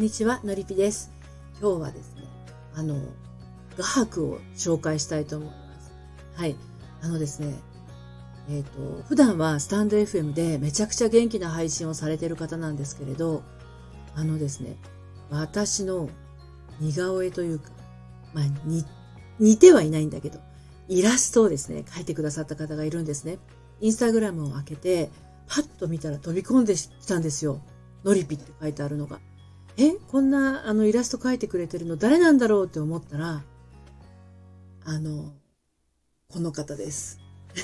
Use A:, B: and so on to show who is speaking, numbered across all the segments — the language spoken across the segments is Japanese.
A: んにちは、のりぴです。今日はですね、画伯を紹介したいと思います。はい。ですね、普段はスタンド FM でめちゃくちゃ元気な配信をされている方なんですけれど、ですね、私の似顔絵というか、似てはいないんだけど、イラストをですね、描いてくださった方がいるんですね。インスタグラムを開けて、パッと見たら飛び込んできたんですよ。のりぴって書いてあるのが。こんなイラスト描いてくれてるの誰なんだろうって思ったら、この方です。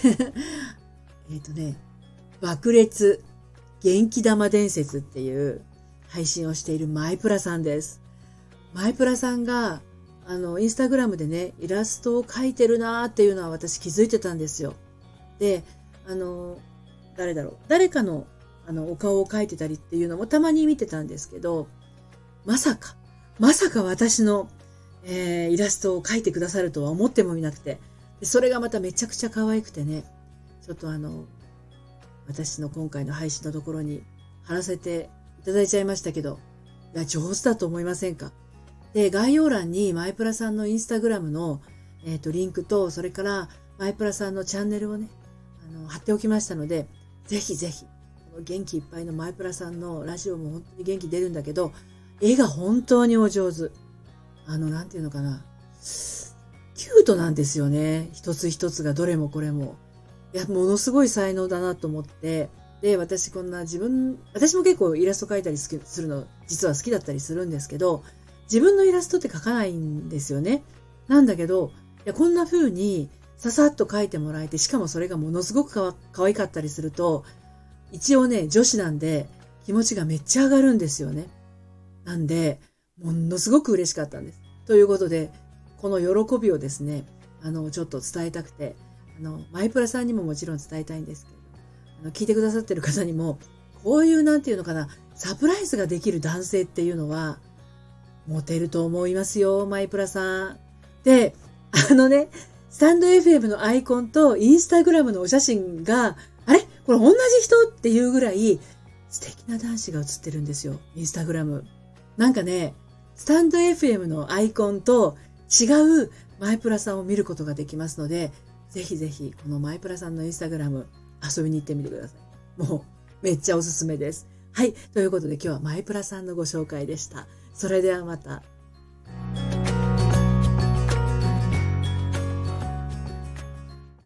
A: 爆裂元気玉伝説っていう配信をしているマイプラさんです。マイプラさんが、インスタグラムでね、イラストを描いてるなーっていうのは私気づいてたんですよ。で、誰かの、お顔を描いてたりっていうのもたまに見てたんですけど、まさか私の、イラストを描いてくださるとは思ってもみなくて、でそれがまためちゃくちゃ可愛くてね、ちょっと私の今回の配信のところに貼らせていただいちゃいましたけど、いや、上手だと思いませんか？で、概要欄にマイプラさんのインスタグラムの、リンクと、それからマイプラさんのチャンネルをね、貼っておきましたので、ぜひぜひ、この元気いっぱいのマイプラさんのラジオも本当に元気出るんだけど、絵が本当にお上手。なんていうのかな。キュートなんですよね。一つ一つがどれもこれも。いや、ものすごい才能だなと思って。で、私も結構イラスト描いたりするの、実は好きだったりするんですけど、自分のイラストって描かないんですよね。なんだけど、いや、こんな風にささっと描いてもらえて、しかもそれがものすごく可愛かったりすると、一応ね、女子なんで気持ちがめっちゃ上がるんですよね。なんで、ものすごく嬉しかったんです。ということで、この喜びをですね、ちょっと伝えたくて、マイプラさんにももちろん伝えたいんですけど、聞いてくださってる方にも、こういうなんていうのかな、サプライズができる男性っていうのは、モテると思いますよ、マイプラさん。で、スタンド FM のアイコンとインスタグラムのお写真が、あれこれ同じ人っていうぐらい素敵な男子が写ってるんですよ、インスタグラム。なんかね、スタンド FM のアイコンと違うマイプラさんを見ることができますので、ぜひぜひこのマイプラさんのインスタグラム遊びに行ってみてください。もうめっちゃおすすめです。はい。ということで今日はマイプラさんのご紹介でした。それではまた。